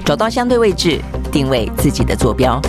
找到相对位置，定位自己的坐标。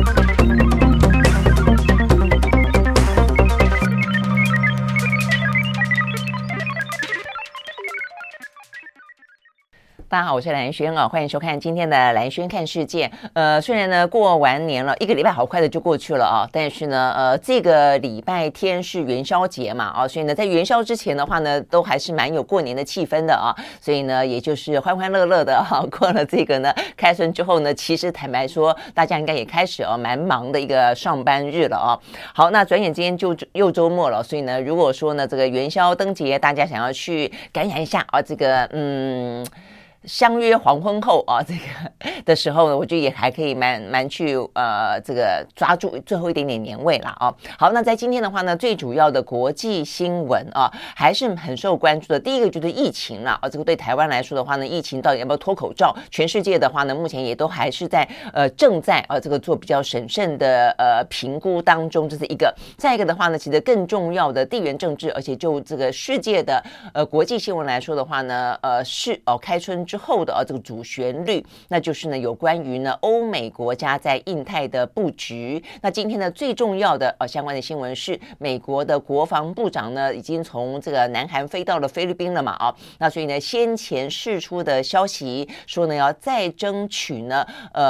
大家好，我是蓝轩啊，欢迎收看今天的蓝轩看世界。虽然呢过完年了，一个礼拜好快的就过去了啊，但是呢，这个礼拜天是元宵节嘛啊，所以呢，在元宵之前的话呢，都还是蛮有过年的气氛的啊，所以呢，也就是欢欢乐乐的哈，过了这个呢开春之后呢，其实坦白说，大家应该也开始蛮忙的一个上班日了啊。好，那转眼间就又周末了，所以呢，如果说呢这个元宵灯节，大家想要去感染一下啊，这个相约黄昏后啊，这个的时候呢，我觉得也还可以蛮去这个抓住最后一点点年味啦啊。好，那在今天的话呢，最主要的国际新闻啊，还是很受关注的。第一个就是疫情啦啊，这个对台湾来说的话呢，疫情到底要不要脱口罩？全世界的话呢，目前也都还是在正在这个做比较审慎的评估当中，这是一个。再一个的话呢，其实更重要的地缘政治，而且就这个世界的国际新闻来说的话呢，是开春之后的这个主旋律，那就是呢有关于呢欧美国家在印太的布局。那今天呢最重要的相关的新闻是，美国的国防部长呢已经从这个南韩飞到了菲律宾了嘛啊，那所以呢先前释出的消息说呢要再争取呢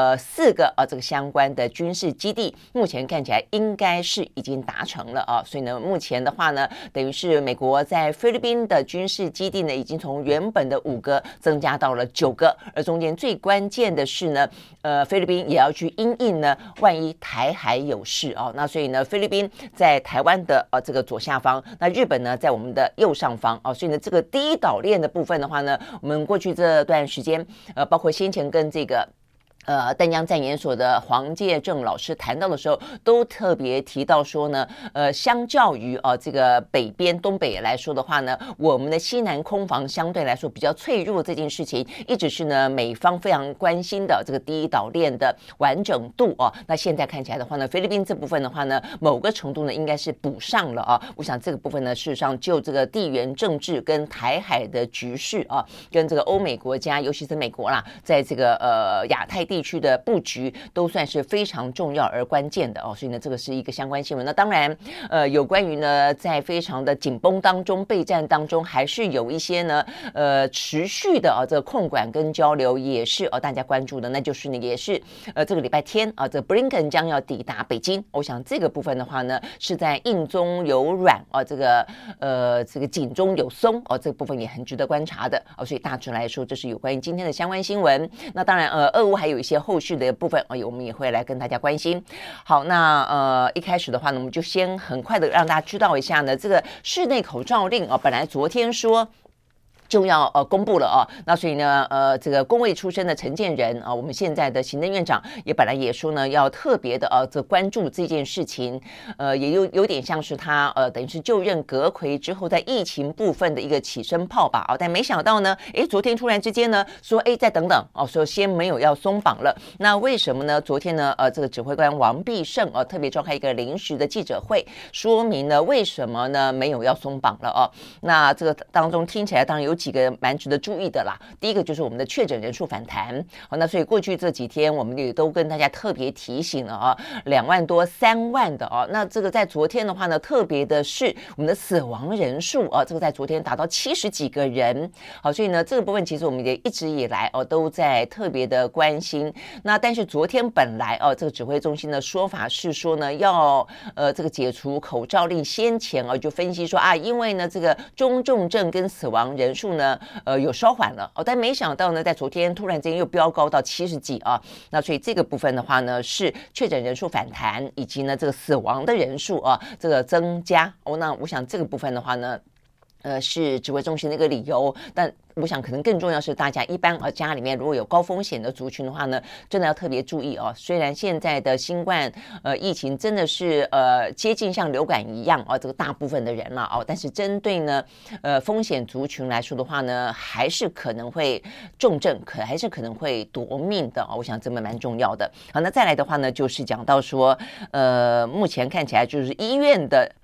4个这个相关的军事基地，目前看起来应该是已经达成了啊，所以呢目前的话呢，等于是美国在菲律宾的军事基地呢已经从原本的5个增加到了9个，而中间最关键的是呢，菲律宾也要去因应呢，万一台海有事啊，那所以呢，菲律宾在台湾的这个左下方，那日本呢在我们的右上方啊，所以呢，这个第一岛链的部分的话呢，我们过去这段时间，包括先前跟这个淡江战研所的黄介正老师谈到的时候，都特别提到说呢，相较于这个北边东北来说的话呢，我们的西南空防相对来说比较脆弱，这件事情一直是呢美方非常关心的这个第一岛链的完整度啊。那现在看起来的话呢，菲律宾这部分的话呢，某个程度呢应该是补上了啊。我想这个部分呢，事实上就这个地缘政治跟台海的局势啊，跟这个欧美国家，尤其是美国啦，在这个亚太地区的布局都算是非常重要而关键的哦，所以呢，这个是一个相关新闻。那当然，有关于呢，在非常的紧绷当中、备战当中，还是有一些呢，持续的这个控管跟交流也是大家关注的，那就是呢，也是这个礼拜天这布林肯将要抵达北京。我想这个部分的话呢，是在硬中有软这个紧中有松这个部分也很值得观察的所以大致来说，这是有关于今天的相关新闻。那当然，俄乌还有一些后续的部分我们也会来跟大家关心。好，那一开始的话呢，我们就先很快的让大家知道一下呢，这个室内口罩令本来昨天说就要公布了那所以呢这个公卫出身的陈建仁我们现在的行政院长也本来也说呢要特别的这关注这件事情，也有点像是他等于是就任阁揆之后在疫情部分的一个起身炮吧但没想到呢昨天突然之间呢说再等等说先没有要松绑了。那为什么呢？昨天呢这个指挥官王必胜特别召开一个临时的记者会，说明了为什么呢没有要松绑了那这个当中听起来当然有几个蛮值得注意的啦。第一个就是我们的确诊人数反弹那所以过去这几天我们也都跟大家特别提醒了2万多3万的那这个在昨天的话呢，特别的是我们的死亡人数这个在昨天达到70几个人好，所以呢这个部分其实我们也一直以来都在特别的关心。那但是昨天本来这个指挥中心的说法是说呢要这个解除口罩令，先前就分析说因为呢这个中重症跟死亡人数呢有稍缓了但没想到呢在昨天突然间又飙高到70几那所以这个部分的话呢是确诊人数反弹，以及呢这个死亡的人数这个增加那我想这个部分的话呢是指挥中心的一个理由。但我想可能更重要是大家一般家里面如果有高风险的族群的话呢，真的要特别注意虽然现在的新冠疫情真的是接近像流感一样这个大部分的人了但是针对呢风险族群来说的话呢，还是可能会重症，还是可能会夺命的我想这么蛮重要的。好，那再来的话呢，就是讲到说目前看起来就是医院的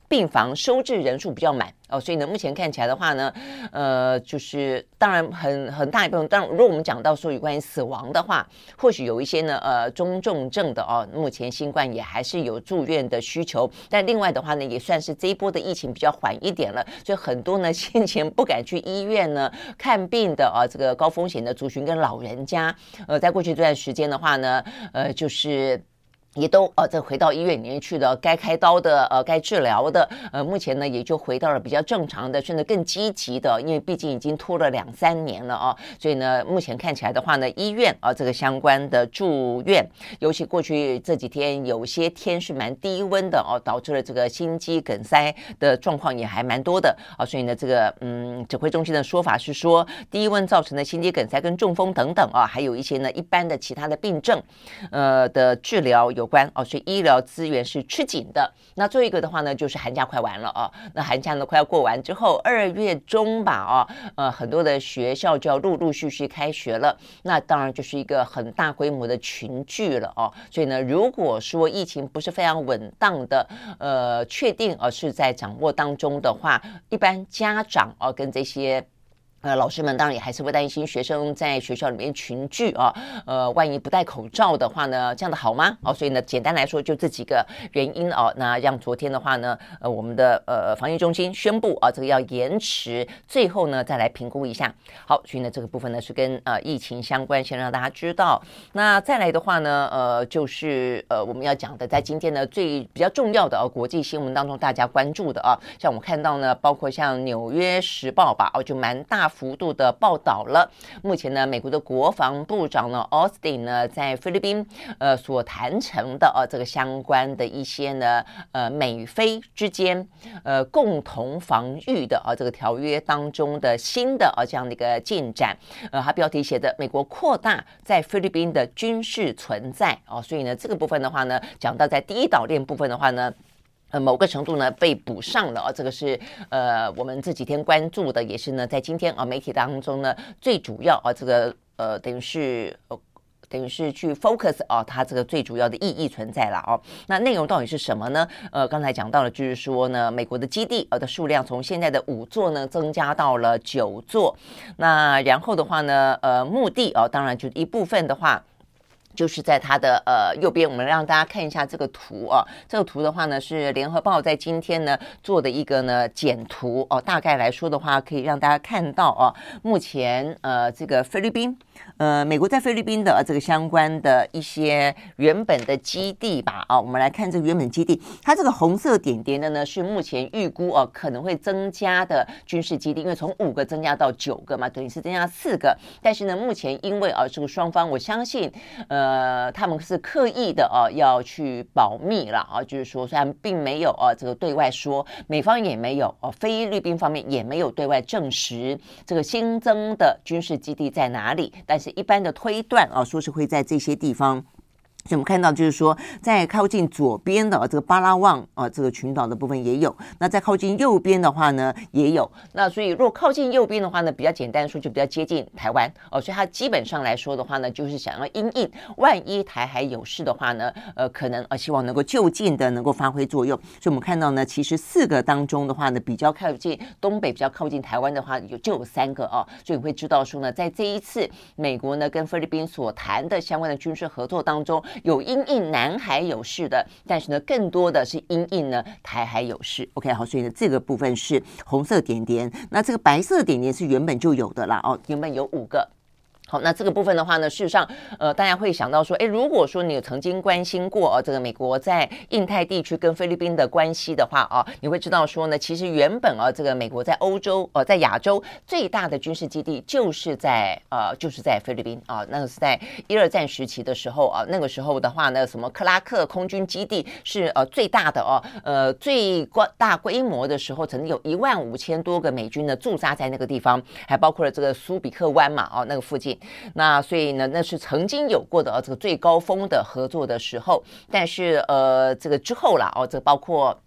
病房收治人数比较满哦，所以呢，目前看起来的话呢，就是当然很大一部分，当然如果我们讲到说有关于死亡的话，或许有一些呢中重症的哦，目前新冠也还是有住院的需求，但另外的话呢，也算是这一波的疫情比较缓一点了，所以很多呢先前不敢去医院呢看病的这个高风险的族群跟老人家，在过去这段时间的话呢，就是也都这回到医院里面去了，该开刀的该治疗的目前呢也就回到了比较正常的，甚至更积极的，因为毕竟已经拖了2-3年了所以呢目前看起来的话呢，医院这个相关的住院，尤其过去这几天有些天是蛮低温的导致了这个心肌梗塞的状况也还蛮多的所以呢这个指挥中心的说法是说，低温造成的心肌梗塞跟中风等等还有一些呢一般的其他的病症的治疗有关所以医疗资源是吃紧的。那最后一个的话呢，就是寒假快完了那寒假呢快要过完之后，2月中吧很多的学校就要陆陆续续开学了，那当然就是一个很大规模的群聚了所以呢，如果说疫情不是非常稳当的确定是在掌握当中的话，一般家长跟这些老师们当然也还是会担心学生在学校里面群聚万一不戴口罩的话呢，这样的好吗所以呢简单来说就这几个原因那让昨天的话呢我们的防疫中心宣布这个要延迟，最后呢再来评估一下。好，所以呢这个部分呢是跟疫情相关，先让大家知道。那再来的话呢就是我们要讲的在今天呢比较重要的国际新闻当中大家关注的像我看到呢包括像纽约时报吧就蛮大幅度的报道了。目前呢美国的国防部长呢 Austin 呢在菲律宾所谈成的这个相关的一些呢美菲之间共同防御的这个条约当中的新的这样的一个进展他标题写的美国扩大在菲律宾的军事存在所以呢这个部分的话呢讲到在第一岛链部分的话呢某个程度呢被补上了这个是我们这几天关注的，也是呢在今天媒体当中呢最主要这个等于是去 focus 它这个最主要的意义存在了那内容到底是什么呢？刚才讲到了，就是说呢，美国的基地的数量从现在的5座呢增加到了9座。那然后的话呢，目的当然就一部分的话。就是在它的右边，我们让大家看一下这个图这个图的话呢是联合报在今天呢做的一个呢简图大概来说的话可以让大家看到目前这个菲律宾美国在菲律宾的这个相关的一些原本的基地吧我们来看这个原本基地，它这个红色点点的呢是目前预估可能会增加的军事基地，因为从5个增加到9个嘛，等于是增加4个，但是呢目前因为这个双方我相信他们是刻意的要去保密了就是说虽然并没有这个对外说，美方也没有菲律宾方面也没有对外证实这个新增的军事基地在哪里，但是一般的推断说是会在这些地方。所以我们看到就是说在靠近左边的这个巴拉望这个群岛的部分也有，那在靠近右边的话呢也有，那所以如果靠近右边的话呢比较简单说就比较接近台湾所以它基本上来说的话呢就是想要因应万一台海有事的话呢可能希望能够就近的能够发挥作用。所以我们看到呢其实4个当中的话呢比较靠近东北比较靠近台湾的话就有3个所以你会知道说呢在这一次美国呢跟菲律宾所谈的相关的军事合作当中有因应南海有事的，但是呢更多的是因应呢台海有事 OK 好，所以呢这个部分是红色点点，那这个白色点点是原本就有的啦原本有5个。好，那这个部分的话呢，事实上，大家会想到说，如果说你有曾经关心过这个美国在印太地区跟菲律宾的关系的话你会知道说呢，其实原本这个美国在欧洲在亚洲最大的军事基地就是在菲律宾那个是在1、2战时期的时候那个时候的话呢，什么克拉克空军基地是最大的最大规模的时候，曾经有15000多个美军呢驻扎在那个地方，还包括了这个苏比克湾嘛那个附近。那所以呢那是曾经有过的这个最高峰的合作的时候，但是这个之后啦这个包括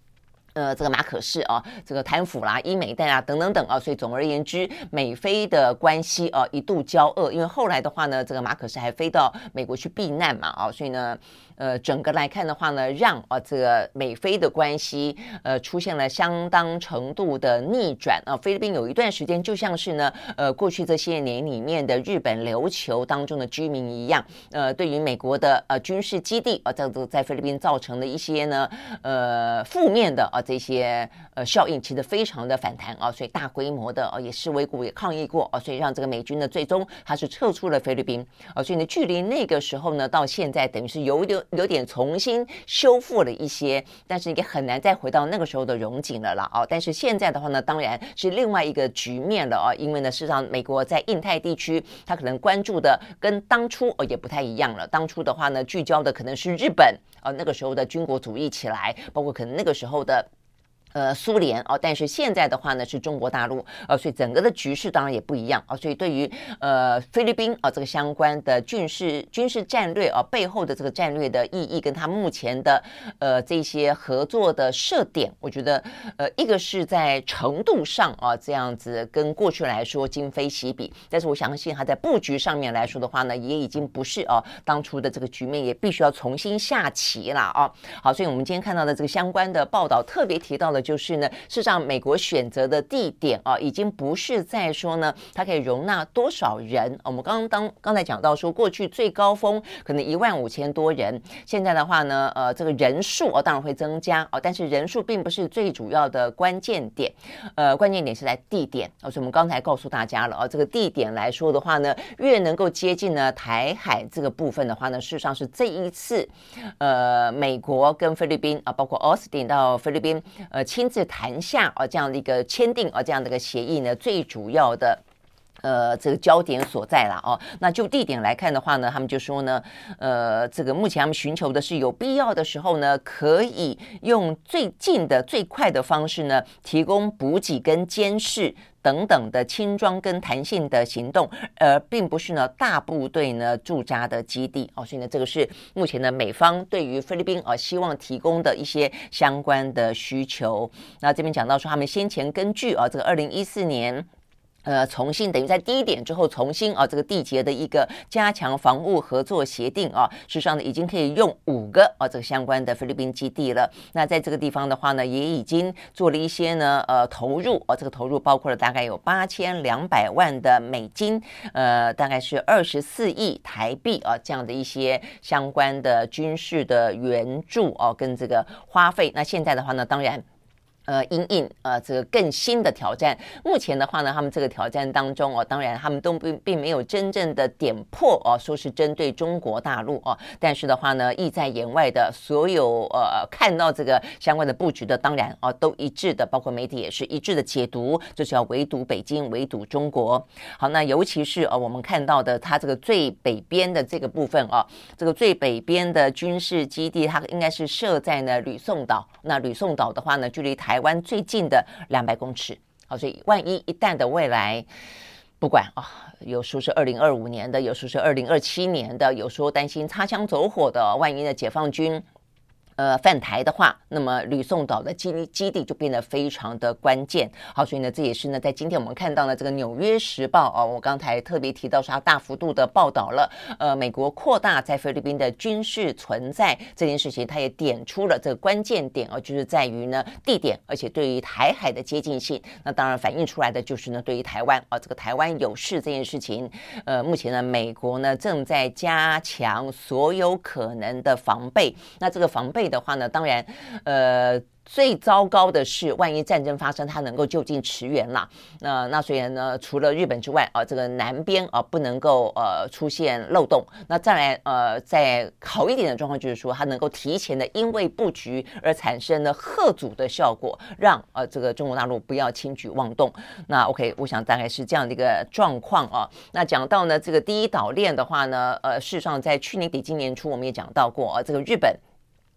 这个马可仕啊，这个贪腐啦、医美贷啊，等等等啊，所以总而言之，美菲的关系啊一度交恶，因为后来的话呢，这个马可仕还飞到美国去避难嘛啊，所以呢，整个来看的话呢，让这个美菲的关系出现了相当程度的逆转啊。菲律宾有一段时间就像是呢，过去这些年里面的日本琉球当中的居民一样，对于美国的军事基地这样子在菲律宾造成的一些呢负面的这些效应其实非常的反弹啊，所以大规模的也示威过也抗议过所以让这个美军呢最终他是撤出了菲律宾所以呢距离那个时候呢到现在等于是有点重新修复了一些，但是也很难再回到那个时候的荣景了啦但是现在的话呢当然是另外一个局面了因为呢事实上美国在印太地区他可能关注的跟当初也不太一样了，当初的话呢聚焦的可能是日本那个时候的军国主义起来，包括可能那个时候的苏联但是现在的话呢是中国大陆所以整个的局势当然也不一样所以对于菲律宾这个相关的军事战略背后的这个战略的意义跟它目前的这些合作的设点，我觉得一个是在程度上这样子跟过去来说今非昔比，但是我相信它在布局上面来说的话呢也已经不是当初的这个局面，也必须要重新下棋了好，所以我们今天看到的这个相关的报道特别提到的就是呢，事实上美国选择的地点已经不是在说呢它可以容纳多少人我们刚才讲到说过去最高峰可能15000多人，现在的话呢这个人数当然会增加但是人数并不是最主要的关键点关键点是在地点所以我们刚才告诉大家了这个地点来说的话呢，越能够接近呢台海这个部分的话呢，事实上是这一次美国跟菲律宾包括奥斯汀到菲律宾亲自谈下这样的一个签订这样的一个协议呢，最主要的这个焦点所在啦那就地点来看的话呢，他们就说呢这个目前他们寻求的是有必要的时候呢，可以用最近的最快的方式呢，提供补给跟监视等等的轻装跟弹性的行动，并不是呢大部队呢驻扎的基地所以呢这个是目前的美方对于菲律宾希望提供的一些相关的需求。那这边讲到说他们先前根据这个2014年重新等于在第一点之后重新这个缔结的一个加强防务合作协定事实上呢已经可以用5个这个相关的菲律宾基地了。那在这个地方的话呢，也已经做了一些呢投入这个投入包括了大概有8200万的美金大概是24亿台币这样的一些相关的军事的援助跟这个花费。那现在的话呢，当然因应这个更新的挑战，目前的话呢，他们这个挑战当中当然他们都并没有真正的点破说是针对中国大陆但是的话呢，意在言外的所有看到这个相关的布局的，当然都一致的，包括媒体也是一致的解读，就是要围堵北京，围堵中国。好，那尤其是我们看到的它这个最北边的这个部分这个最北边的军事基地，它应该是设在呢吕宋岛。那吕宋岛的话呢，距离台湾最近的200公尺所以万一一旦的未来不管有说是2025年的，有说是2027年的，有说担心擦枪走火的，万一的解放军犯台的话，那么吕宋岛的基地就变得非常的关键。好，所以呢，这也是呢，在今天我们看到了这个《纽约时报》我刚才特别提到是它大幅度的报道了，美国扩大在菲律宾的军事存在这件事情，它也点出了这个关键点就是在于呢地点，而且对于台海的接近性。那当然反映出来的就是呢，对于台湾这个台湾有事这件事情，目前呢，美国呢正在加强所有可能的防备。那这个防备的话呢，当然最糟糕的是万一战争发生它能够就近驰援啦。那所以呢，除了日本之外这个南边不能够出现漏洞。那再来再好一点的状况就是说它能够提前的因为布局而产生了吓阻的效果，让这个中国大陆不要轻举妄动。那 OK， 我想大概是这样的一个状况那讲到呢这个第一岛链的话呢事实上在去年底今年初我们也讲到过这个日本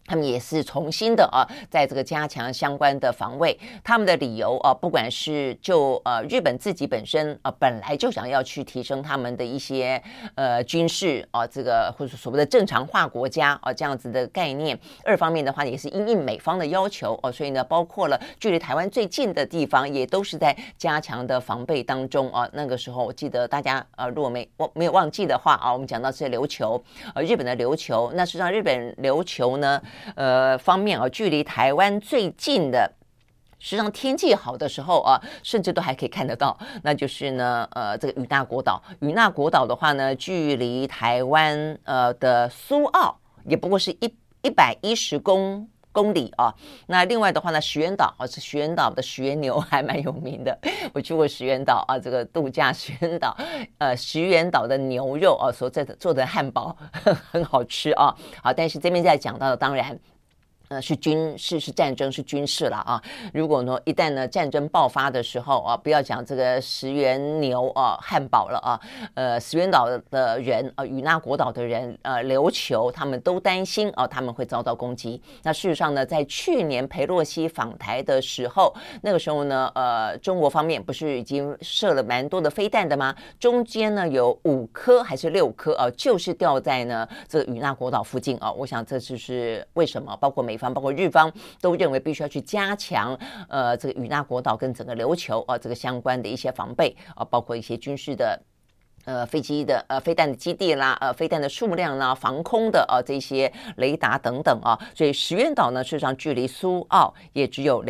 他们也是重新的在这个加强相关的防卫。他们的理由不管是就日本自己本身本来就想要去提升他们的一些军事这个或者所谓的正常化国家这样子的概念。二方面的话也是因应美方的要求所以呢，包括了距离台湾最近的地方也都是在加强的防备当中那个时候我记得大家如果没有忘记的话我们讲到是琉球日本的琉球。那实际上日本琉球呢方面距离台湾最近的，实际上天气好的时候甚至都还可以看得到，那就是呢这个与那国岛。与那国岛的话呢，距离台湾的苏澳也不过是110公里那另外的话呢，石垣岛是石垣岛的石垣牛还蛮有名的，我去过石垣岛这个度假石垣岛，石垣岛的牛肉所做的汉堡很好吃好，但是这边在讲到的当然。是军事是战争是军事了如果呢一旦呢战争爆发的时候不要讲这个石垣牛汉堡了石垣岛的人与那国岛的人琉球他们都担心他们会遭到攻击。那事实上呢，在去年裴洛西访台的时候，那个时候呢中国方面不是已经射了蛮多的飞弹的吗？中间呢有5颗还是6颗就是掉在呢这个与那国岛附近我想这就是为什么包括美方包括日方都认为必须要去加强这个与那国岛跟整个琉球这个相关的一些防备包括一些军事的飞机的飞弹的基地啦飞弹的数量啦防空的这些雷达等等所以石垣岛呢事实上距离苏澳也只有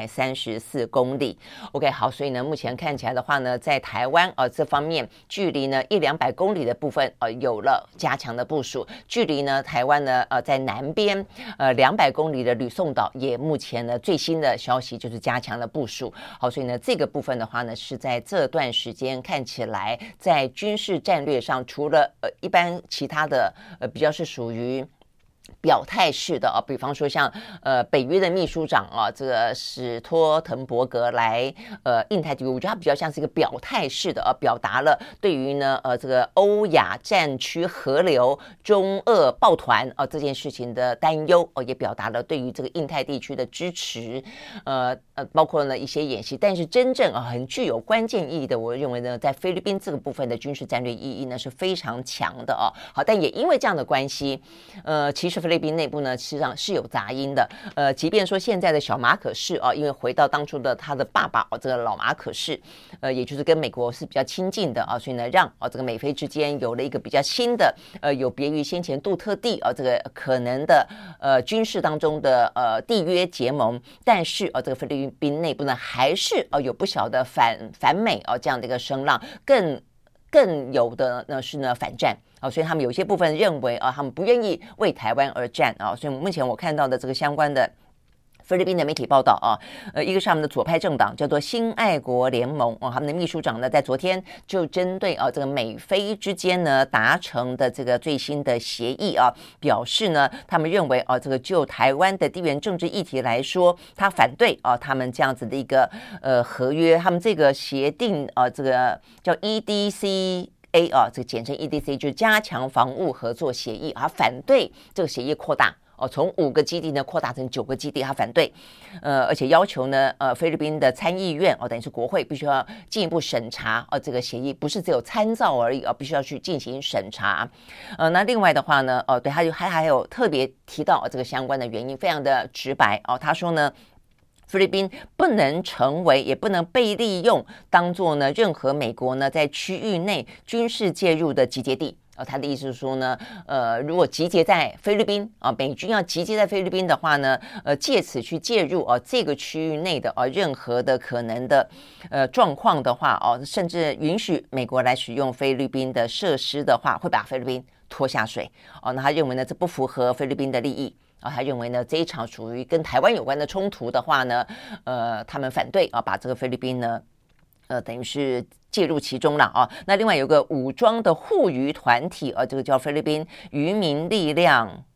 234公里 OK 好，所以呢目前看起来的话呢，在台湾这方面距离呢100-200公里的部分有了加强的部署，距离呢台湾呢在南边200公里的吕宋岛也目前呢最新的消息就是加强了部署。好，所以呢这个部分的话呢是在这段时间看起来在军事战略上除了一般其他的比较是属于表态式的比方说像北约的秘书长这个史托滕伯格来印太地区，我觉得他比较像是一个表态式的表达了对于呢这个欧亚战区河流中俄抱团这件事情的担忧也表达了对于这个印太地区的支持包括呢一些演习。但是真正很具有关键意义的，我认为呢在菲律宾这个部分的军事战略意义呢是非常强的好，但也因为这样的关系其实菲律宾内部呢实际上是有杂音的即便说现在的小马可仕因为回到当初的他的爸爸这个老马可仕也就是跟美国是比较亲近的所以呢让这个美菲之间有了一个比较新的有别于先前杜特地这个可能的军事当中的缔约结盟。但是这个菲律宾内部呢还是有不小的反美这样的一个声浪，更有的呢是呢反战所以他们有些部分认为他们不愿意为台湾而战所以目前我看到的这个相关的菲律宾的媒体报道一个是他们的左派政党叫做新爱国联盟他们的秘书长呢在昨天就针对这个美菲之间呢达成的这个最新的协议表示呢他们认为这个就台湾的地缘政治议题来说，他反对他们这样子的一个合约，他们这个协定这个叫 EDC这个简称 EDC 就是加强防务合作协议反对这个协议扩大从5个基地呢扩大成9个基地，他反对而且要求呢菲律宾的参议院等于是国会必须要进一步审查这个协议，不是只有参照而已必须要去进行审查那另外的话呢对，他还有特别提到这个相关的原因非常的直白他说呢菲律宾不能成为也不能被利用当作呢任何美国呢在区域内军事介入的集结地他的意思是说呢如果集结在菲律宾美军要集结在菲律宾的话呢借此去介入这个区域内的任何的可能的状况的话甚至允许美国来使用菲律宾的设施的话，会把菲律宾拖下水那他认为呢这不符合菲律宾的利益他认为呢这一场属于跟台湾有关的冲突的话呢他们反对把这个菲律宾呢等于是介入其中了那另外有个武装的护渔团体这个叫菲律宾渔民力量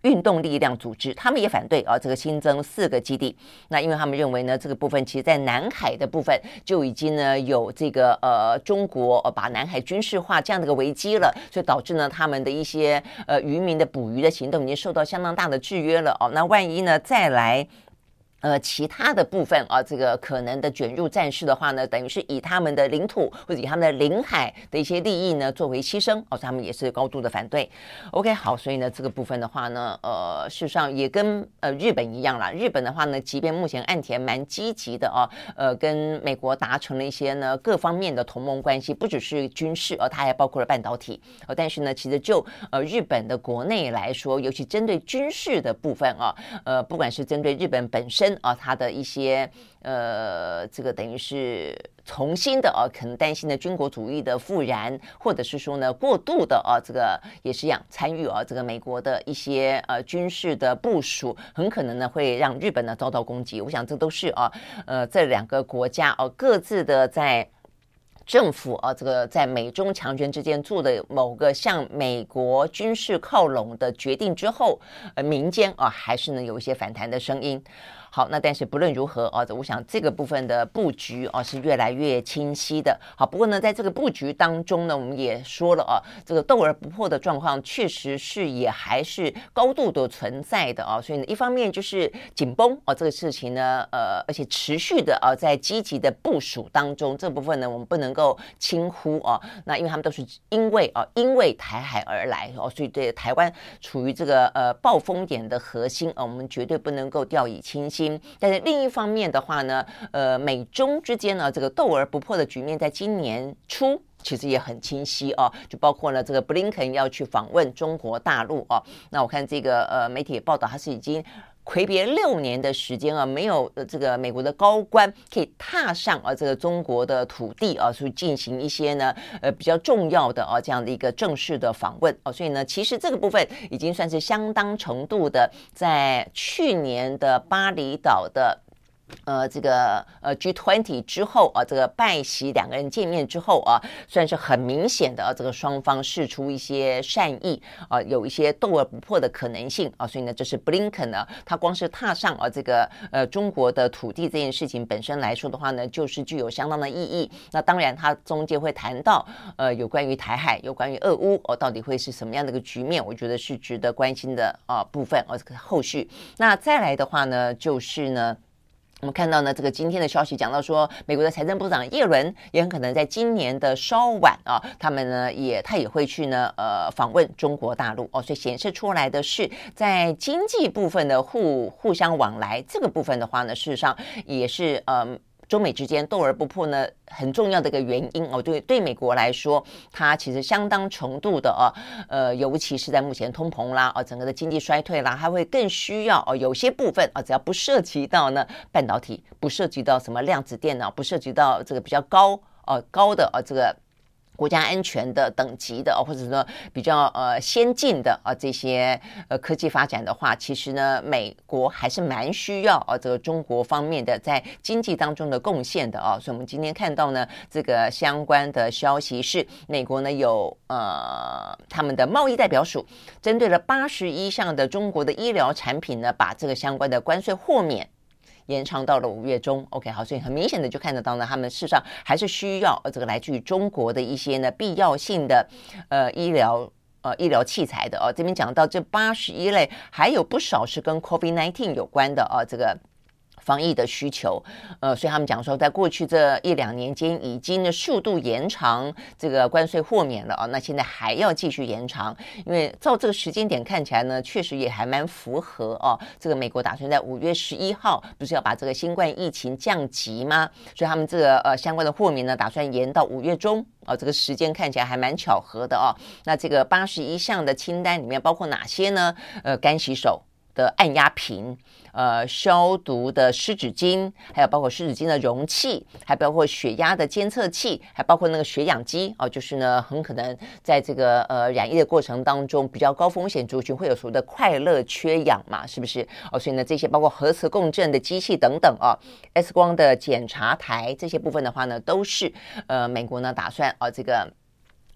运动力量组织，他们也反对这个新增4个基地。那因为他们认为呢，这个部分其实在南海的部分就已经呢有这个中国把南海军事化这样的一个危机了，所以导致呢他们的一些渔民的捕鱼的行动已经受到相当大的制约了那万一呢再来其他的部分这个可能的卷入战事的话呢，等于是以他们的领土或者以他们的领海的一些利益呢作为牺牲他们也是高度的反对。OK， 好，所以呢这个部分的话呢，事实上也跟日本一样啦。日本的话呢，即便目前岸田蛮积极的跟美国达成了一些呢各方面的同盟关系，不只是军事它还包括了半导体但是呢，其实就日本的国内来说，尤其针对军事的部分不管是针对日本本身它的一些这个等于是重新的可能担心的军国主义的复燃，或者是说呢过度的这个也是一样参与这个美国的一些军事的部署，很可能呢会让日本呢遭到攻击。我想这都是这2个国家各自的在政府这个在美中强权之间做的某个向美国军事靠拢的决定之后，民间还是呢有一些反弹的声音。好，那但是不论如何我想这个部分的布局是越来越清晰的。好，不过呢，在这个布局当中呢，我们也说了这个斗而不破的状况确实是也还是高度的存在的所以呢，一方面就是紧绷这个事情呢，而且持续的在积极的部署当中，这部分呢我们不能够轻忽那因为他们都是因为台海而来所以对台湾处于这个暴风点的核心我们绝对不能够掉以轻心。但是另一方面的话呢，美中之间呢这个斗而不破的局面，在今年初其实也很清晰就包括了这个布林肯要去访问中国大陆那我看这个媒体报道，他是已经魁别6年的时间没有这个美国的高官可以踏上这个中国的土地去进行一些呢比较重要的这样的一个正式的访问所以呢，其实这个部分已经算是相当程度的在去年的巴厘岛的这个G20 之后这个拜习2个人见面之后算是很明显的这个双方释出一些善意有一些斗而不破的可能性所以呢，这是布林肯呢，他光是踏上这个中国的土地这件事情本身来说的话呢，就是具有相当的意义。那当然，他中间会谈到有关于台海、有关于俄乌到底会是什么样的一个局面，我觉得是值得关心的部分这个后续。那再来的话呢，就是呢。我们看到呢，这个今天的消息讲到说，美国的财政部长耶伦也很可能在今年的稍晚他也会去呢访问中国大陆所以显示出来的是在经济部分的互相往来这个部分的话呢，事实上也是中美之间斗而不破呢很重要的一个原因对美国来说，它其实相当程度的尤其是在目前通膨啦整个的经济衰退啦，它会更需要有些部分只要不涉及到呢半导体，不涉及到什么量子电脑，不涉及到这个比较高的这个国家安全的等级的或者说比较先进的这些科技发展的话，其实呢美国还是蛮需要这个中国方面的在经济当中的贡献的所以我们今天看到呢这个相关的消息是美国呢有他们的贸易代表署针对了81项的中国的医疗产品呢，把这个相关的关税豁免延长到了5月中 OK 好，所以很明显的就看得到呢，他们事实上还是需要这个来自于中国的一些呢必要性的医疗器材的这边讲到这81类还有不少是跟 COVID-19 有关的这个防疫的需求所以他们讲说在过去这1-2年间已经数度延长这个关税豁免了那现在还要继续延长，因为照这个时间点看起来呢，确实也还蛮符合这个美国打算在5月11号不是要把这个新冠疫情降级吗？所以他们这个相关的豁免呢，打算延到5月中这个时间看起来还蛮巧合的那这个81项的清单里面包括哪些呢？干洗手的按压瓶消毒的湿纸巾，还有包括湿纸巾的容器，还包括血压的监测器，还包括那个血氧机就是呢很可能在这个染疫的过程当中比较高风险族群会有所谓的快乐缺氧嘛，是不是所以呢这些包括核磁共振的机器等等X 光的检查台这些部分的话呢，都是美国呢打算这个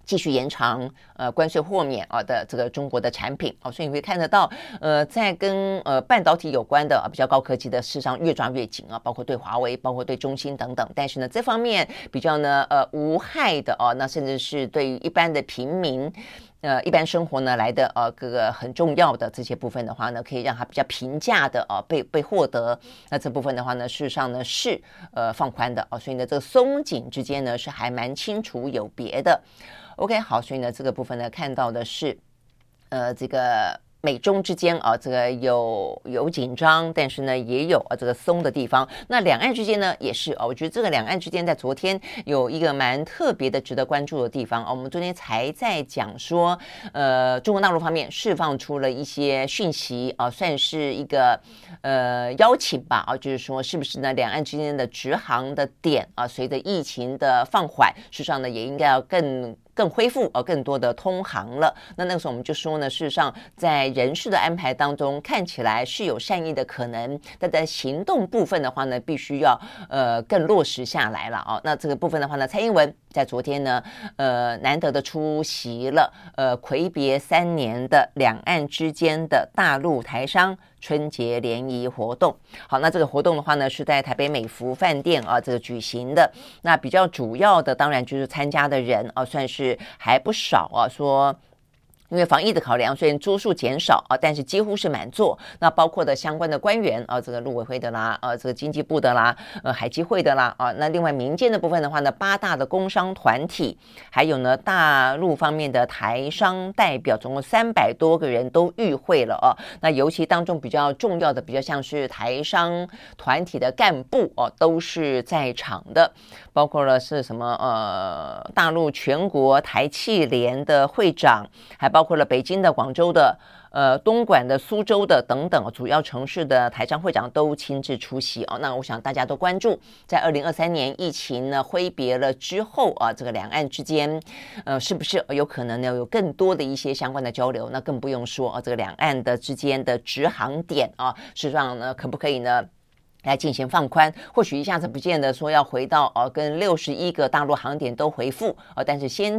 继续延长关税豁免的这个中国的产品所以你会看得到在跟半导体有关的比较高科技的事实上越抓越紧包括对华为，包括对中兴等等。但是呢，这方面比较呢无害的那甚至是对于一般的平民一般生活呢来的各个很重要的这些部分的话呢，可以让它比较平价的被获得。那这部分的话呢，事实上呢是放宽的所以呢这个松紧之间呢是还蛮清楚有别的。OK， 好，所以呢，这个部分呢，看到的是，这个美中之间这个有紧张，但是呢，也有这个松的地方。那两岸之间呢，也是我觉得这个两岸之间在昨天有一个蛮特别的、值得关注的地方我们昨天才在讲说，中国大陆方面释放出了一些讯息算是一个邀请吧就是说是不是呢，两岸之间的直航的点随着疫情的放缓，事实上呢，也应该要更恢复更多的通航了。那个时候我们就说呢，事实上在人事的安排当中看起来是有善意的可能，但在行动部分的话呢，必须要更落实下来了那这个部分的话呢，蔡英文在昨天呢难得的出席了魁别3年的两岸之间的大陆台商春节联谊活动。好，那这个活动的话呢，是在台北美福饭店这个举行的。那比较主要的当然就是参加的人算是还不少说因为防疫的考量，虽然桌数减少但是几乎是满座。那包括的相关的官员这个陆委会的啦这个经济部的啦海基会的啦那另外民间的部分的话呢，8大的工商团体，还有呢大陆方面的台商代表，总共300多个人都与会了那尤其当中比较重要的，比较像是台商团体的干部都是在场的，包括了是什么大陆全国台企联的会长，还包括了北京的、广州的、东莞的、苏州的等等主要城市的台商会长都亲自出席那我想大家都关注，在2023年疫情呢挥别了之后这个两岸之间是不是有可能呢有更多的一些相关的交流？那更不用说这个两岸的之间的直航点事实上呢可不可以呢来进行放宽？或许一下子不见得说要回到跟61个大陆航点都回复但是前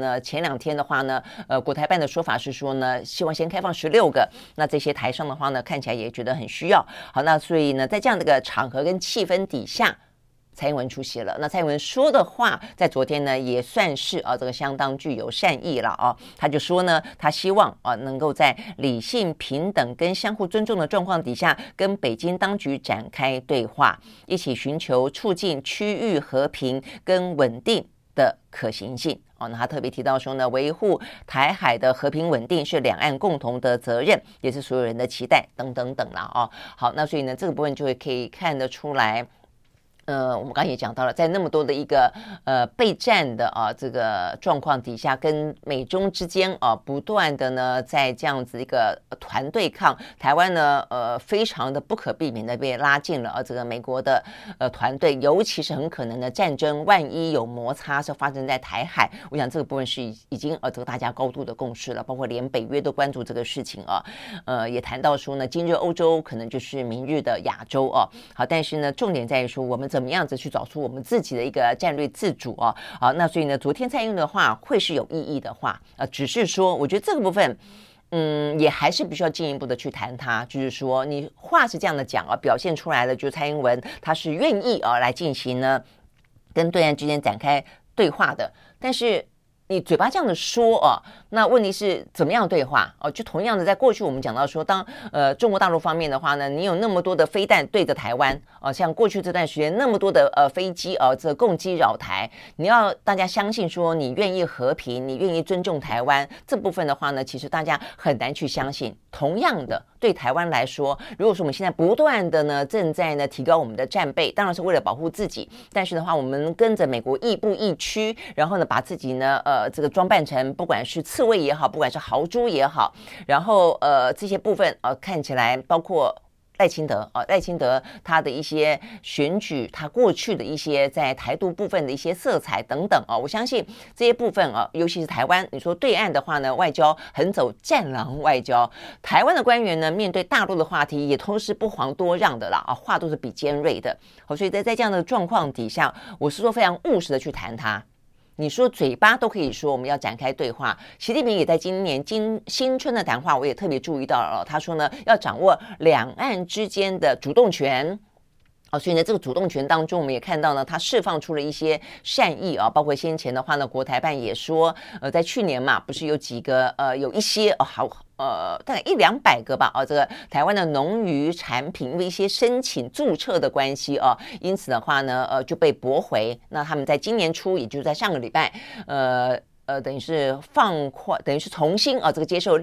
2天的话呢国台办的说法是说呢，希望先开放16个，那这些台商的话呢看起来也觉得很需要。好，那所以呢在这样的一个场合跟气氛底下，蔡英文出席了。那蔡英文说的话在昨天呢也算是这个相当具有善意了他就说呢，他希望能够在理性平等跟相互尊重的状况底下，跟北京当局展开对话，一起寻求促进区域和平跟稳定的可行性那他特别提到说呢，维护台海的和平稳定是两岸共同的责任，也是所有人的期待等等等了好，那所以呢这个部分就会可以看得出来我们刚才也讲到了，在那么多的一个备战的这个状况底下，跟美中之间不断的呢在这样子一个团对抗，台湾呢非常的不可避免的被拉进了这个美国的团队，尤其是很可能的战争，万一有摩擦是发生在台海，我想这个部分是已经这个大家高度的共识了，包括连北约都关注这个事情也谈到说呢，今日欧洲可能就是明日的亚洲好，但是呢重点在于说我们怎么样子去找出我们自己的一个战略自主好，那所以呢昨天蔡英文的话会是有意义的话只是说我觉得这个部分也还是必须要进一步的去谈它，就是说你话是这样的讲表现出来了，就是蔡英文他是愿意来进行呢跟对岸之间展开对话的，但是你嘴巴这样的说那问题是怎么样对话就同样的，在过去我们讲到说，当中国大陆方面的话呢，你有那么多的飞弹对着台湾像过去这段时间那么多的飞机这攻击扰台，你要大家相信说你愿意和平，你愿意尊重台湾，这部分的话呢，其实大家很难去相信。同样的，对台湾来说，如果说我们现在不断的呢正在呢提高我们的战备，当然是为了保护自己，但是的话我们跟着美国亦步亦趋，然后呢把自己呢这个装扮成不管是刺猬也好，不管是豪猪也好，然后这些部分看起来包括赖清德他的一些选举，他过去的一些在台独部分的一些色彩等等我相信这些部分尤其是台湾，你说对岸的话呢，外交很走战狼外交，台湾的官员呢面对大陆的话题也都是不遑多让的啦话都是比尖锐的所以在这样的状况底下，我是说非常务实的去谈它。 你说嘴巴都可以说我们要展开对话，习近平也在今年新春的谈话，我也特别注意到了，他说呢要掌握两岸之间的主动权。所以呢，这个主动权当中，我们也看到呢，他释放出了一些善意啊，包括先前的话呢，国台办也说，在去年嘛，不是有几个有一些大概100-200个吧，这个台湾的农渔产品因为一些申请注册的关系因此的话呢，就被驳回。那他们在今年初，也就是在上个礼拜，等于是放宽，等于是重新这个接受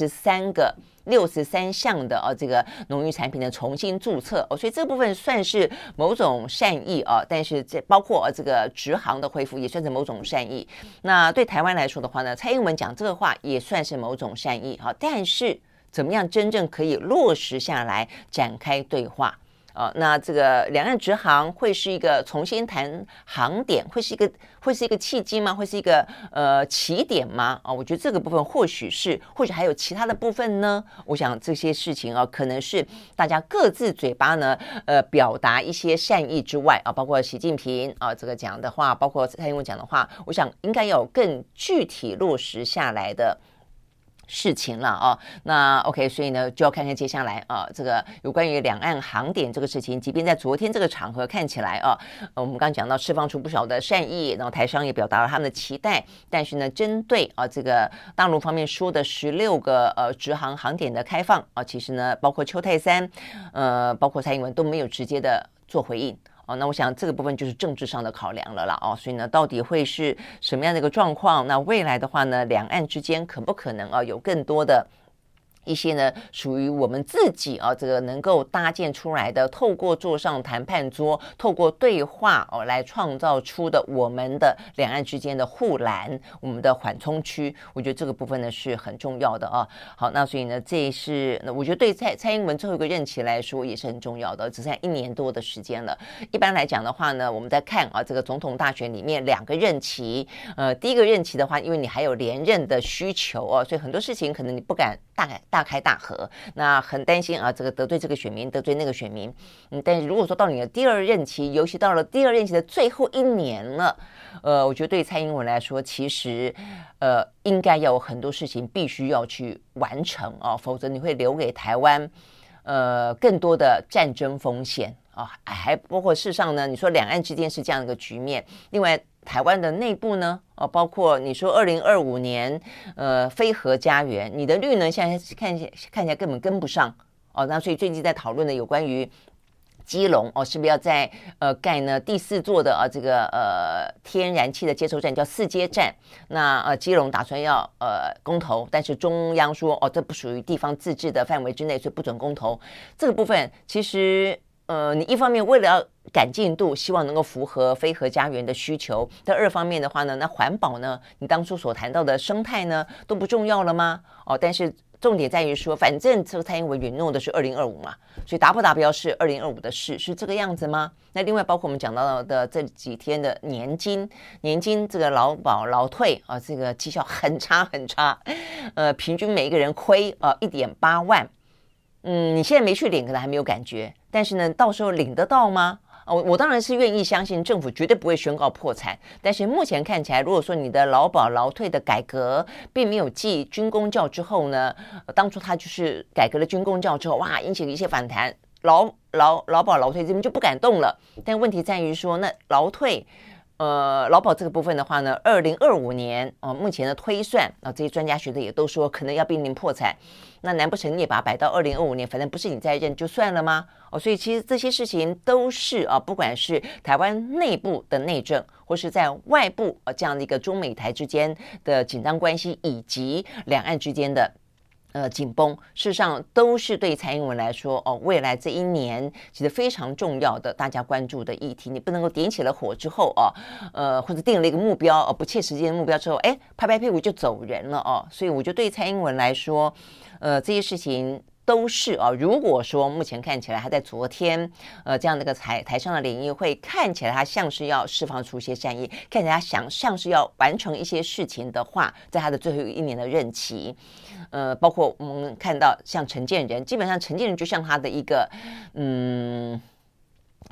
63项的这个农渔产品的重新注册所以这部分算是某种善意但是这包括这个直航的恢复也算是某种善意。那对台湾来说的话呢，蔡英文讲这个话也算是某种善意但是怎么样真正可以落实下来展开对话那这个两岸直航会是一个重新谈航点，会是一个契机吗？会是一个起点吗？我觉得这个部分或许还有其他的部分呢。我想这些事情可能是大家各自嘴巴呢表达一些善意之外包括习近平这个讲的话，包括蔡英文讲的话，我想应该有更具体落实下来的事情了那 OK， 所以呢就要看看接下来这个有关于两岸航点这个事情，即便在昨天这个场合看起来我们刚刚讲到释放出不少的善意，然后台商也表达了他们的期待，但是呢针对这个大陆方面说的16个直航航点的开放其实呢包括邱泰三包括蔡英文都没有直接的做回应那我想这个部分就是政治上的考量了啦所以呢到底会是什么样的一个状况，那未来的话呢两岸之间可不可能有更多的一些呢属于我们自己这个能够搭建出来的，透过坐上谈判桌，透过对话来创造出的我们的两岸之间的护栏，我们的缓冲区，我觉得这个部分呢是很重要的好，那所以呢这是我觉得对蔡英文最后一个任期来说也是很重要的，只剩下1年多的时间了。一般来讲的话呢，我们在看这个总统大选里面2个任期第一个任期的话，因为你还有连任的需求所以很多事情可能你不敢大开大合，那很担心这个得罪这个选民，得罪那个选民但是如果说到你的第2任期，尤其到了第2任期的最后1年了我觉得对蔡英文来说其实应该要有很多事情必须要去完成否则你会留给台湾更多的战争风险还包括事实上呢，你说两岸之间是这样一个局面，另外台湾的内部呢包括你说2025年非核家园，你的绿能现在看起来根本跟不上那所以最近在讨论的有关于基隆是不是要在盖呢第4座的这个天然气的接收站，叫4接站。那基隆打算要公投，但是中央说这不属于地方自治的范围之内，所以不准公投。这个部分其实你一方面为了要赶进度，希望能够符合非核家园的需求，但2方面的话呢，那环保呢，你当初所谈到的生态呢都不重要了吗但是重点在于说，反正这个蔡英文允诺的是2025嘛，所以达不达标是2025的事，是这个样子吗？那另外包括我们讲到的这几天的年金这个劳保劳退这个绩效很差，平均每一个人亏1.8万。你现在没去领可能还没有感觉，但是呢到时候领得到吗？我当然是愿意相信政府绝对不会宣告破产，但是目前看起来，如果说你的劳保劳退的改革并没有继军公教之后呢，当初他就是改革了军公教之后，哇，引起了一些反弹，劳保劳退这边就不敢动了。但问题在于说，那劳退劳保这个部分的话呢，2025年目前的推算这些专家学者也都说可能要濒临破产。那难不成你也把它摆到2025年，反正不是你在任就算了吗？所以其实这些事情都是不管是台湾内部的内政，或是在外部这样的一个中美台之间的紧张关系，以及两岸之间的紧绷，事实上都是对蔡英文来说未来这1年其实非常重要的大家关注的议题。你不能够点起了火之后或者定了一个目标不切实际的目标之后拍拍屁股就走人了所以我觉得对蔡英文来说这些事情都是如果说目前看起来他在昨天这样的一个台上的联谊会，看起来他像是要释放出一些善意，看起来他像是要完成一些事情的话，在他的最后1年的任期包括我们看到像陈建仁，基本上陈建仁就像他的一个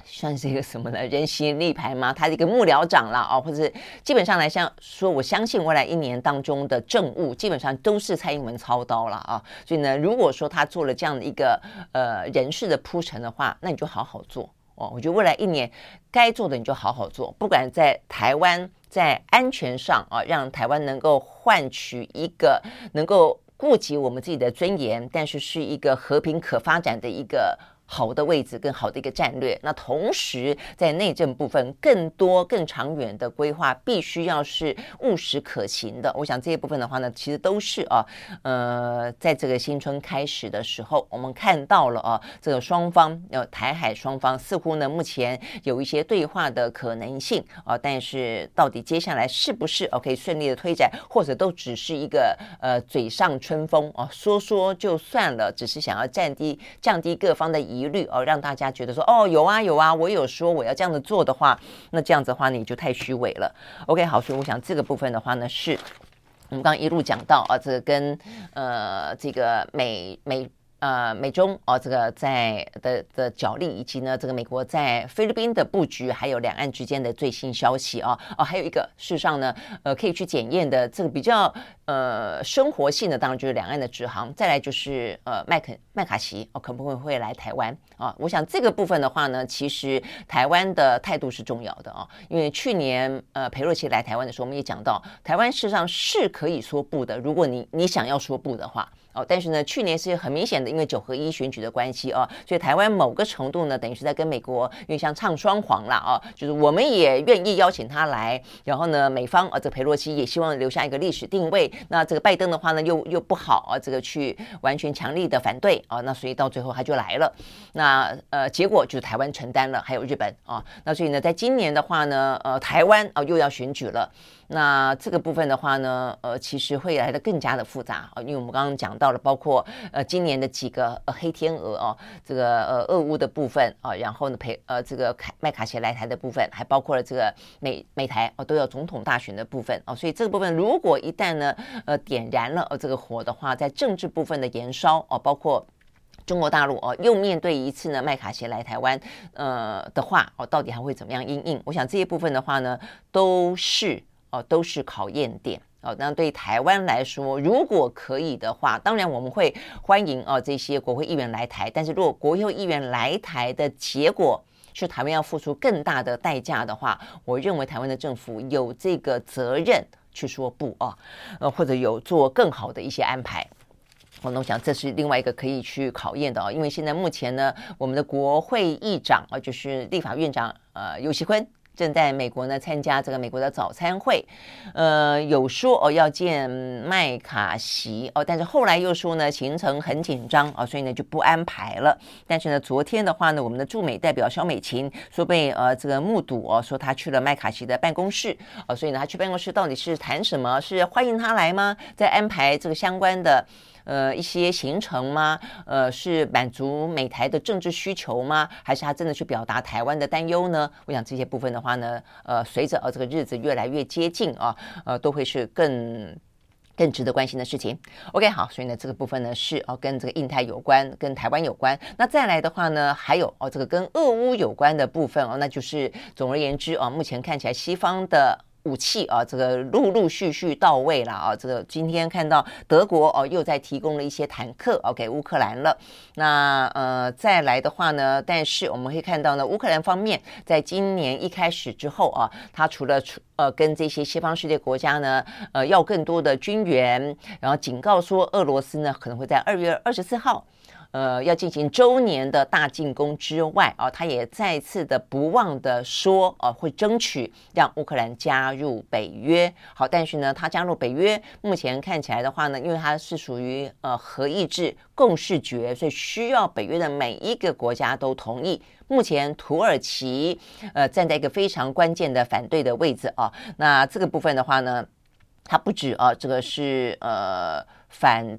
算是一个什么呢？人形立牌吗？他的一个幕僚长啦，或者是基本上来说，我相信未来1年当中的政务基本上都是蔡英文操刀了啊。所以呢，如果说他做了这样的一个人事的铺陈的话，那你就好好做哦。我觉得未来1年该做的你就好好做，不管在台湾在安全上啊，让台湾能够换取一个能够顾及我们自己的尊严，但是是一个和平可发展的一个好的位置，更好的一个战略。那同时在内政部分更多更长远的规划必须要是务实可行的。我想这些部分的话呢，其实都是在这个新春开始的时候我们看到了这个双方台海双方似乎呢目前有一些对话的可能性但是到底接下来是不是可以顺利的推展，或者都只是一个嘴上春风说就算了，只是想要降低各方的疑虑让大家觉得说有啊，我有说我要这样子做的话，那这样子的话你就太虚伪了。 OK 好，所以我想这个部分的话呢，是我们刚刚一路讲到这个跟这个美中这个的角力，以及呢这个美国在菲律宾的布局，还有两岸之间的最新消息还有一个事实上呢可以去检验的这个比较生活性的，当然就是两岸的直航，再来就是麦卡锡可不会来台湾我想这个部分的话呢，其实台湾的态度是重要的因为去年裴洛西来台湾的时候，我们也讲到台湾事实上是可以说不的，如果你想要说不的话但是呢去年是很明显的因为9合1选举的关系所以台湾某个程度呢等于是在跟美国因为像唱双簧啦就是我们也愿意邀请他来，然后呢美方这裴洛西也希望留下一个历史定位，那这个拜登的话呢又不好这个去完全强力的反对那所以到最后他就来了，那结果就是台湾承担了，还有日本那所以呢在今年的话呢台湾又要选举了，那这个部分的话呢其实会来得更加的复杂因为我们刚刚讲到了包括今年的几个黑天鹅这个俄乌的部分然后呢这个麦卡锡来台的部分，还包括了这个美台都有总统大选的部分所以这个部分如果一旦呢点燃了这个火的话，在政治部分的延烧包括中国大陆又面对一次呢麦卡锡来台湾的话到底还会怎么样因应？我想这些部分的话呢都是考验点那对台湾来说，如果可以的话，当然我们会欢迎这些国会议员来台，但是如果国会议员来台的结果是台湾要付出更大的代价的话，我认为台湾的政府有这个责任去说不或者有做更好的一些安排。那我想这是另外一个可以去考验的因为现在目前呢，我们的国会议长就是立法院长游锡堃正在美国呢参加这个美国的早餐会，有说要见麦卡锡但是后来又说呢行程很紧张所以呢就不安排了。但是呢昨天的话呢，我们的驻美代表萧美琴说被这个目睹说他去了麦卡锡的办公室所以呢他去办公室到底是谈什么？是欢迎他来吗？在安排这个相关的一些行程吗？是满足美台的政治需求吗？还是他真的去表达台湾的担忧呢？我想这些部分的话呢，随着这个日子越来越接近都会是更值得关心的事情。 OK 好，所以呢这个部分呢是跟这个印太有关，跟台湾有关。那再来的话呢还有这个跟俄乌有关的部分那就是总而言之目前看起来西方的武器这个陆续到位了这个今天看到德国又在提供了一些坦克给乌克兰了。那再来的话呢，但是我们会看到呢，乌克兰方面在今年一开始之后它除了跟这些西方世界国家呢要更多的军援，然后警告说俄罗斯呢可能会在2月24号要进行周年的大进攻之外他也再次的不忘的说会争取让乌克兰加入北约。好，但是呢他加入北约目前看起来的话呢，因为它是属于合议制共识决，所以需要北约的每一个国家都同意。目前土耳其站在一个非常关键的反对的位置那这个部分的话呢，它不止这个是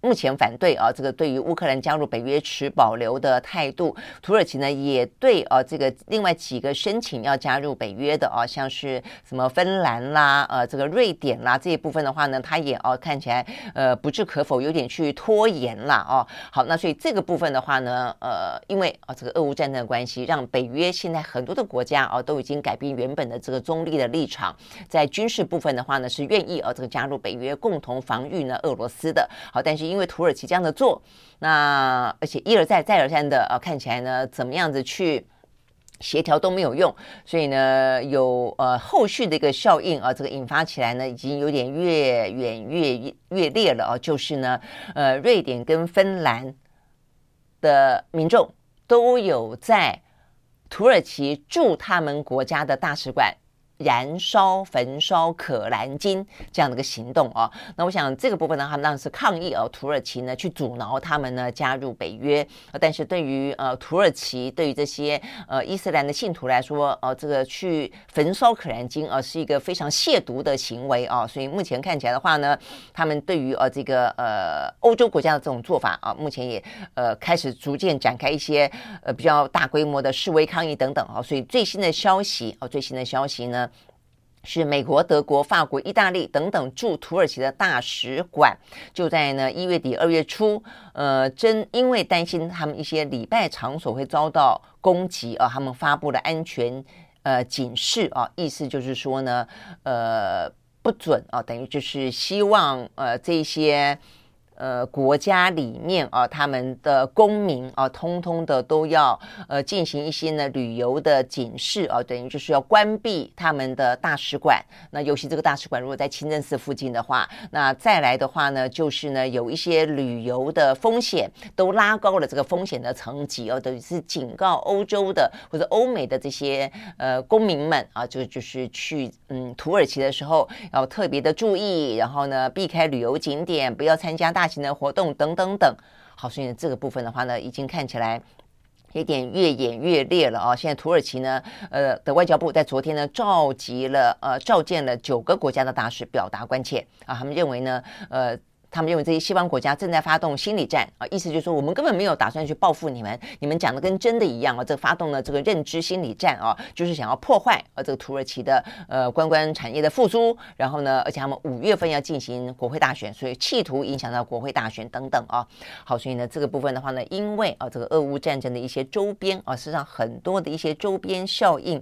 目前反对这个对于乌克兰加入北约持保留的态度。土耳其呢也对这个另外几个申请要加入北约的像是什么芬兰啦这个瑞典啦这一部分的话呢，它也看起来不置可否，有点去拖延啦好，那所以这个部分的话呢因为这个俄乌战争的关系，让北约现在很多的国家都已经改变原本的这个中立的立场，在军事部分的话呢是愿意这个加入北约共同防御呢俄罗斯的。好，但是因为土耳其这样的做，那而且一而再再而三的看起来呢怎么样子去协调都没有用，所以呢有后续的一个效应这个引发起来呢已经有点越演越烈了就是呢瑞典跟芬兰的民众都有在土耳其驻他们国家的大使馆燃烧焚烧可兰经这样的一个行动那我想这个部分呢他们当然是抗议土耳其呢去阻挠他们呢加入北约但是对于土耳其对于这些伊斯兰的信徒来说这个去焚烧可兰经是一个非常亵渎的行为所以目前看起来的话呢，他们对于这个欧洲国家的这种做法目前也开始逐渐展开一些比较大规模的示威抗议等等所以最新的消息呢是美国、德国、法国、意大利等等驻土耳其的大使馆，就在呢1月底2月初，因为担心他们一些礼拜场所会遭到攻击他们发布了安全警示意思就是说呢不准等于就是希望这些国家里面他们的公民通通的都要进行一些呢旅游的警示等于就是要关闭他们的大使馆。那尤其这个大使馆如果在清真寺附近的话，那再来的话呢，就是呢有一些旅游的风险都拉高了这个风险的层级等于是警告欧洲的或者欧美的这些公民们这个就是去土耳其的时候要特别的注意，然后呢避开旅游景点，不要参加大型的活动等等等。好，所以这个部分的话呢已经看起来有点越演越烈了现在土耳其呢的外交部在昨天呢召见了9个国家的大使，表达关切他们认为呢他们认为这些西方国家正在发动心理战意思就是说我们根本没有打算去报复你们，你们讲的跟真的一样这发动了这个认知心理战就是想要破坏这个土耳其的观光产业的复苏，然后呢而且他们5月份要进行国会大选，所以企图影响到国会大选等等好，所以呢这个部分的话呢，因为这个俄乌战争的一些周边事实上很多的一些周边效应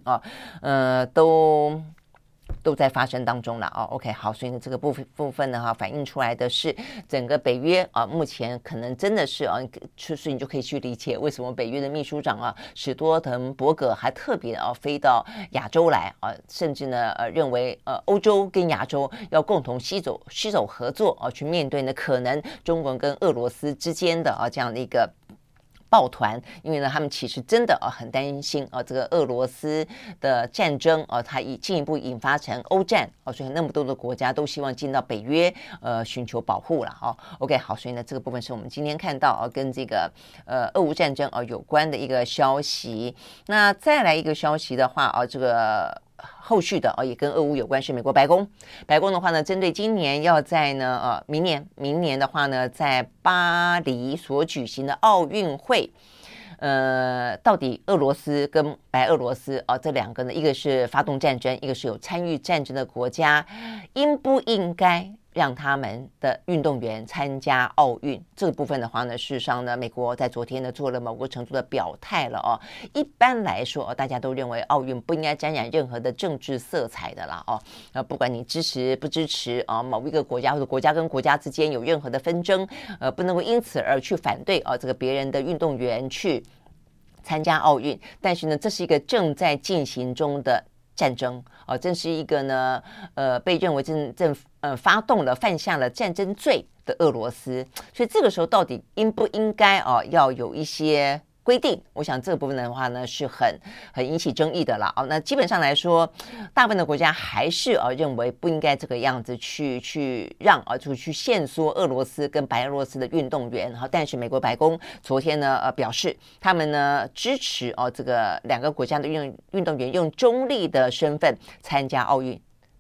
都在发生当中了OK 好，所以呢这个部分呢反映出来的是整个北约目前可能真的是所以你就可以去理解为什么北约的秘书长史多滕伯格还特别飞到亚洲来甚至呢认为欧洲跟亚洲要共同携手合作去面对呢可能中国跟俄罗斯之间的这样的一个抱团，因为呢他们其实真的很担心这个俄罗斯的战争它进一步引发成欧战所以那么多的国家都希望进到北约寻求保护了OK 好，所以呢这个部分是我们今天看到跟这个俄乌战争有关的一个消息。那再来一个消息的话这个后续的也跟俄乌有关，是美国白宫的话呢，针对今年要在呢明年的话呢，在巴黎所举行的奥运会，到底俄罗斯跟白俄罗斯这两个呢，一个是发动战争，一个是有参与战争的国家，应不应该让他们的运动员参加奥运？这个部分的话呢，事实上呢，美国在昨天呢做了某个程度的表态了一般来说大家都认为奥运不应该沾染任何的政治色彩的啦不管你支持不支持某一个国家或者国家跟国家之间有任何的纷争不能够因此而去反对这个别人的运动员去参加奥运。但是呢，这是一个正在进行中的战争这是一个呢被认为发动了犯下了战争罪的俄罗斯，所以这个时候到底应不应该要有一些规定，我想这个部分的话呢是很引起争议的了那基本上来说，大部分的国家还是认为不应该这个样子去让就去限缩俄罗斯跟白俄罗斯的运动员但是美国白宫昨天呢表示，他们呢支持这个两个国家的运动员用中立的身份参加奥运。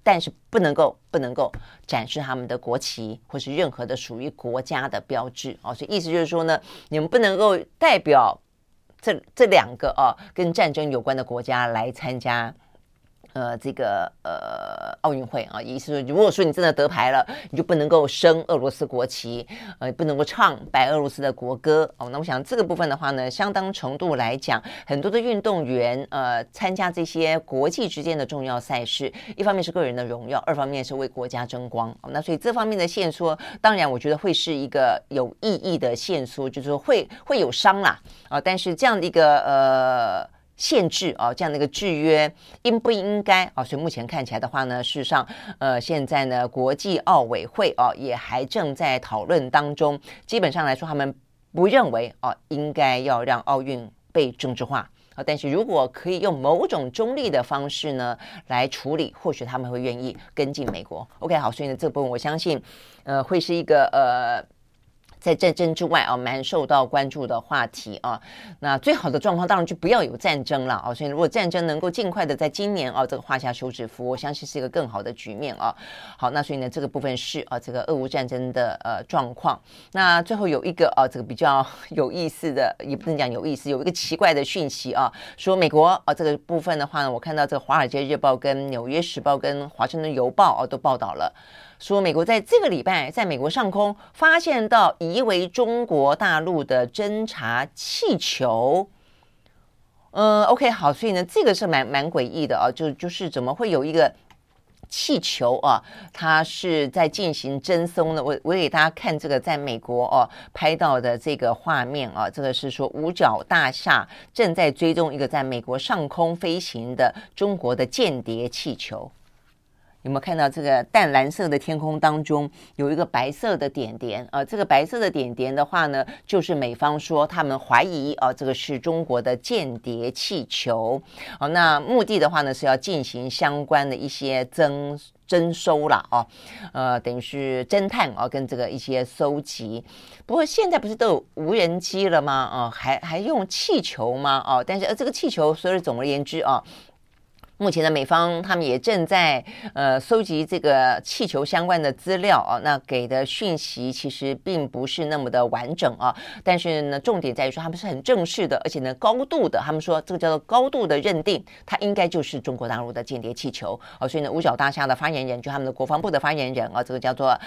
但是不能够展示他们的国旗或是任何的属于国家的标志啊，所以意思就是说呢，你们不能够代表这两个跟战争有关的国家来参加这个奥运会啊，意思是如果说你真的得牌了，你就不能够升俄罗斯国旗，不能够唱白俄罗斯的国歌哦。那我想这个部分的话呢，相当程度来讲，很多的运动员参加这些国际之间的重要赛事，一方面是个人的荣耀，二方面是为国家争光。那所以这方面的限缩，当然我觉得会是一个有意义的限缩，就是说会有伤啦但是这样的一个限制这样的一个制约应不应该所以目前看起来的话呢，事实上现在呢国际奥委会也还正在讨论当中，基本上来说他们不认为应该要让奥运被政治化但是如果可以用某种中立的方式呢来处理，或许他们会愿意跟进美国。 OK 好，所以呢这部分我相信会是一个在战争之外蛮受到关注的话题那最好的状况当然就不要有战争了所以如果战争能够尽快的在今年这个画下休止符，我相信是一个更好的局面好，那所以呢这个部分是这个俄乌战争的状况。那最后有一个这个比较有意思的，也不能讲有意思，有一个奇怪的讯息说美国这个部分的话呢，我看到这个华尔街日报跟纽约时报跟华盛顿邮报都报道了，说美国在这个礼拜在美国上空发现到疑为中国大陆的侦察气球。OK 好，所以呢这个是蛮诡异的就是怎么会有一个气球它是在进行侦搜呢？我给大家看这个在美国拍到的这个画面这个是说五角大厦正在追踪一个在美国上空飞行的中国的间谍气球。有没有看到这个淡蓝色的天空当中有一个白色的点点这个白色的点点的话呢，就是美方说他们怀疑这个是中国的间谍气球那目的的话呢是要进行相关的一些征收啦等于是侦探跟这个一些搜集。不过现在不是都有无人机了吗还用气球吗但是这个气球所以总而言之目前的美方他们也正在搜集这个气球相关的资料那给的讯息其实并不是那么的完整但是呢重点在于说他们是很正式的，而且呢高度的，他们说这个叫做高度的认定它应该就是中国大陆的间谍气球所以呢五角大厦的发言人就他们的国防部的发言人这个叫做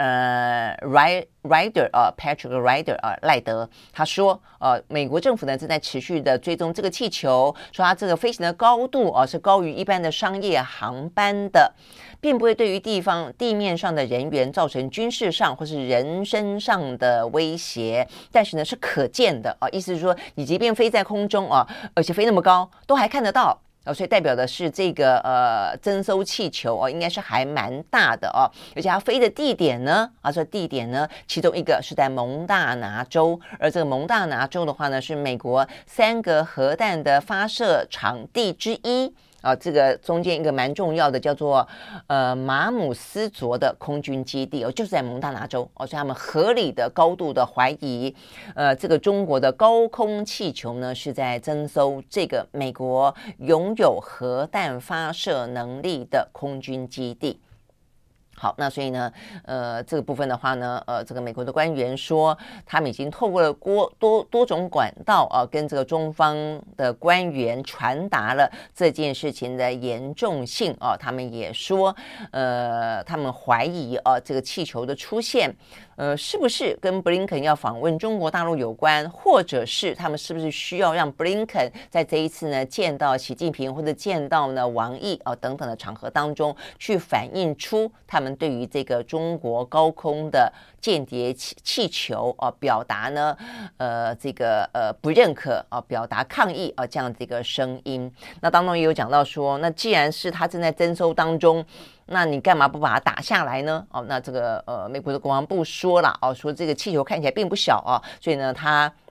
Patrick Ryder 赖德，他说美国政府呢正在持续的追踪这个气球，说它这个飞行的高度是高于一般的商业航班的，并不会对于地面上的人员造成军事上或是人身上的威胁，但是呢是可见的意思是说你即便飞在空中而且飞那么高都还看得到所以代表的是这个征收气球应该是还蛮大的而且它飞的地点呢这地点呢其中一个是在蒙大拿州，而这个蒙大拿州的话呢是美国3个核弹的发射场地之一这个中间一个蛮重要的叫做马姆斯卓的空军基地就是在蒙大拿州所以他们合理的高度的怀疑这个中国的高空气球呢是在征收这个美国拥有核弹发射能力的空军基地。好，那所以呢这个部分的话呢这个美国的官员说他们已经透过了多种管道跟这个中方的官员传达了这件事情的严重性他们也说他们怀疑这个气球的出现是不是跟布林肯要访问中国大陆有关，或者是他们是不是需要让布林肯在这一次呢见到习近平或者见到呢王毅等等的场合当中去反映出他们对于这个中国高空的间谍气球表达呢这个不认可表达抗议这样的一个声音。那当中也有讲到说，那既然是他正在征收当中，那你干嘛不把它打下来呢那这个美国的国防部说了说这个气球看起来并不小所以呢他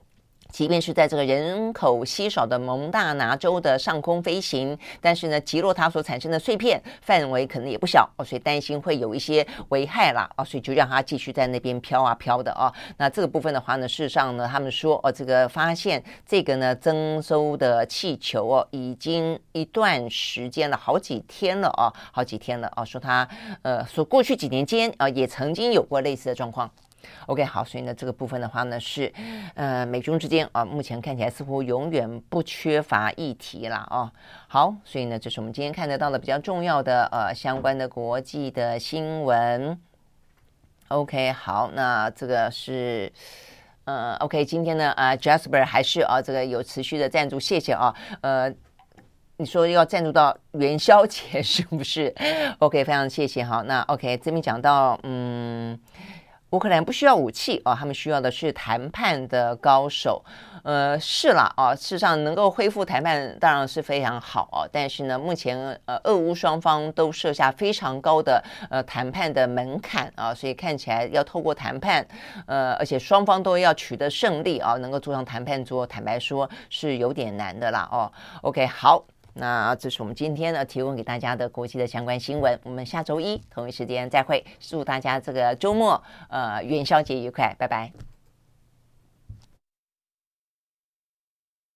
即便是在这个人口稀少的蒙大拿州的上空飞行，但是呢，击落它所产生的碎片范围可能也不小所以担心会有一些危害啦所以就让它继续在那边飘啊飘的那这个部分的话呢，事实上呢，他们说这个发现这个呢增收的气球已经一段时间了，好几天了说它说过去几年间也曾经有过类似的状况。OK 好，所以呢这个部分的话呢是美中之间目前看起来似乎永远不缺乏议题啦好，所以呢这是我们今天看得到的比较重要的相关的国际的新闻。OK 好，那这个是OK 今天呢Jasper 还是这个有持续的赞助，谢谢你说要赞助到元宵节是不是 OK 非常谢谢那 OK 这边讲到乌克兰不需要武器他们需要的是谈判的高手。是啦事实上能够恢复谈判当然是非常好但是呢，目前俄乌双方都设下非常高的谈判的门槛所以看起来要透过谈判而且双方都要取得胜利能够坐上谈判桌，坦白说是有点难的啦OK 好，那这是我们今天呢提供给大家的国际的相关新闻，我们下周一同一时间再会，祝大家这个周末元宵节愉快，拜拜。